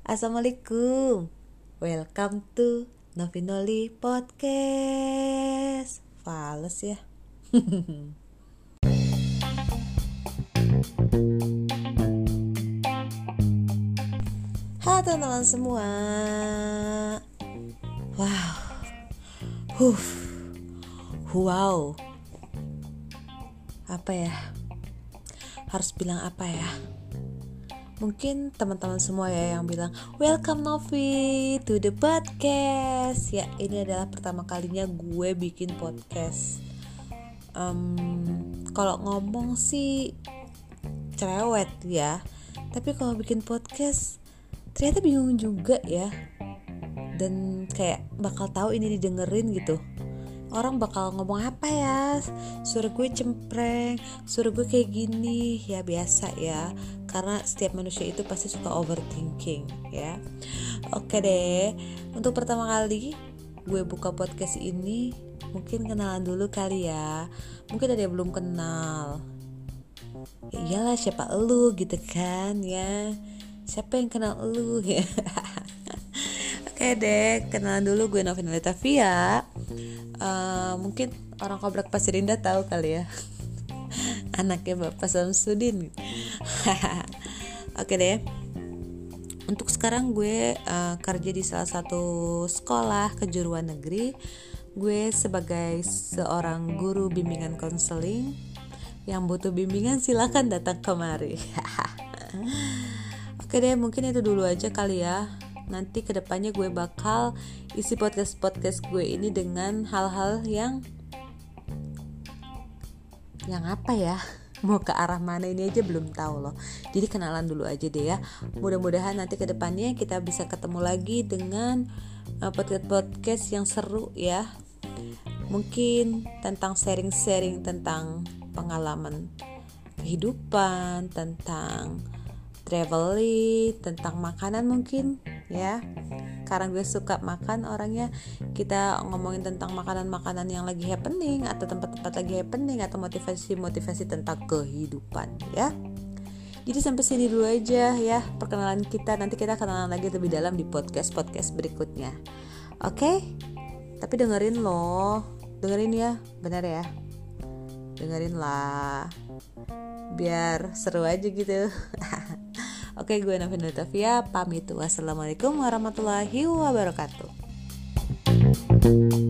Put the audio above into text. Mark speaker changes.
Speaker 1: Assalamualaikum. Welcome to Novinoli Podcast. Fales ya. Halo teman-teman semua. Wow. Apa ya? Harus bilang apa ya? Mungkin teman-teman semua ya yang bilang welcome Novi to the podcast. Ya, ini adalah pertama kalinya gue bikin podcast. Kalau ngomong sih cerewet ya, tapi kalau bikin podcast ternyata bingung juga ya. Dan kayak bakal tahu ini didengerin gitu. Orang bakal ngomong apa ya, suara gue cempreng, suara gue kayak gini. Ya biasa ya, karena setiap manusia itu pasti suka overthinking ya. Oke deh, untuk pertama kali gue buka podcast ini, mungkin kenalan dulu kali ya. Mungkin ada yang belum kenal. Ya iyalah, siapa elu gitu kan ya. Siapa yang kenal elu ya. Oke deh, kenalan dulu, gue Novinoli Tavia. Mungkin orang Komplek Pasir Indah tahu kali ya. Anaknya Bapak Samsudin. Oke deh. Untuk sekarang gue kerja di salah satu sekolah kejuruan negeri. Gue sebagai seorang guru bimbingan konseling. Yang butuh bimbingan silakan datang kemari. Oke deh, mungkin itu dulu aja kali ya. Nanti kedepannya gue bakal isi podcast gue ini dengan hal-hal yang apa ya, mau ke arah mana ini aja belum tahu loh. Jadi kenalan dulu aja deh ya. Mudah-mudahan nanti kedepannya kita bisa ketemu lagi dengan podcast yang seru ya. Mungkin tentang sharing tentang pengalaman kehidupan, tentang traveling, tentang makanan mungkin ya. Karena gue suka makan orangnya, kita ngomongin tentang makanan-makanan yang lagi happening atau tempat-tempat lagi happening atau motivasi tentang kehidupan ya. Jadi sampai sini dulu aja ya perkenalan kita. Nanti kita kenalan lagi lebih dalam di podcast berikutnya. Oke? Tapi dengerin loh. Dengerin ya, benar ya. Dengerin lah. Biar seru aja gitu. Oke, gue Novinoli Tavia pamit. Wassalamualaikum warahmatullahi wabarakatuh.